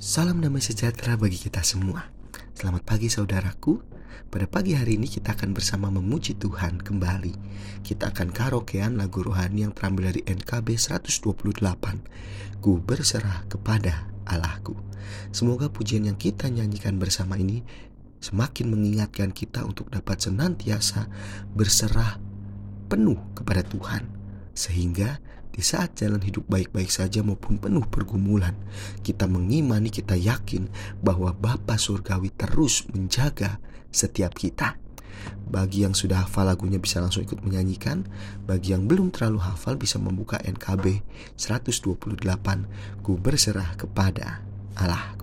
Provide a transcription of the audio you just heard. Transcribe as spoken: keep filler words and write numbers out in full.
Salam damai sejahtera bagi kita semua. Selamat pagi saudaraku. Pada pagi hari ini kita akan bersama memuji Tuhan kembali. Kita akan karaokean lagu rohani yang terambil dari N K B seratus dua puluh delapan. Ku berserah kepada Allahku. Semoga pujian yang kita nyanyikan bersama ini semakin mengingatkan kita untuk dapat senantiasa berserah penuh kepada Tuhan, sehingga di saat jalan hidup baik-baik saja maupun penuh pergumulan, kita mengimani, kita yakin bahwa Bapa Surgawi terus menjaga setiap kita. Bagi yang sudah hafal lagunya bisa langsung ikut menyanyikan. Bagi yang belum terlalu hafal bisa membuka N K B seratus dua puluh delapan, Ku berserah kepada Allah.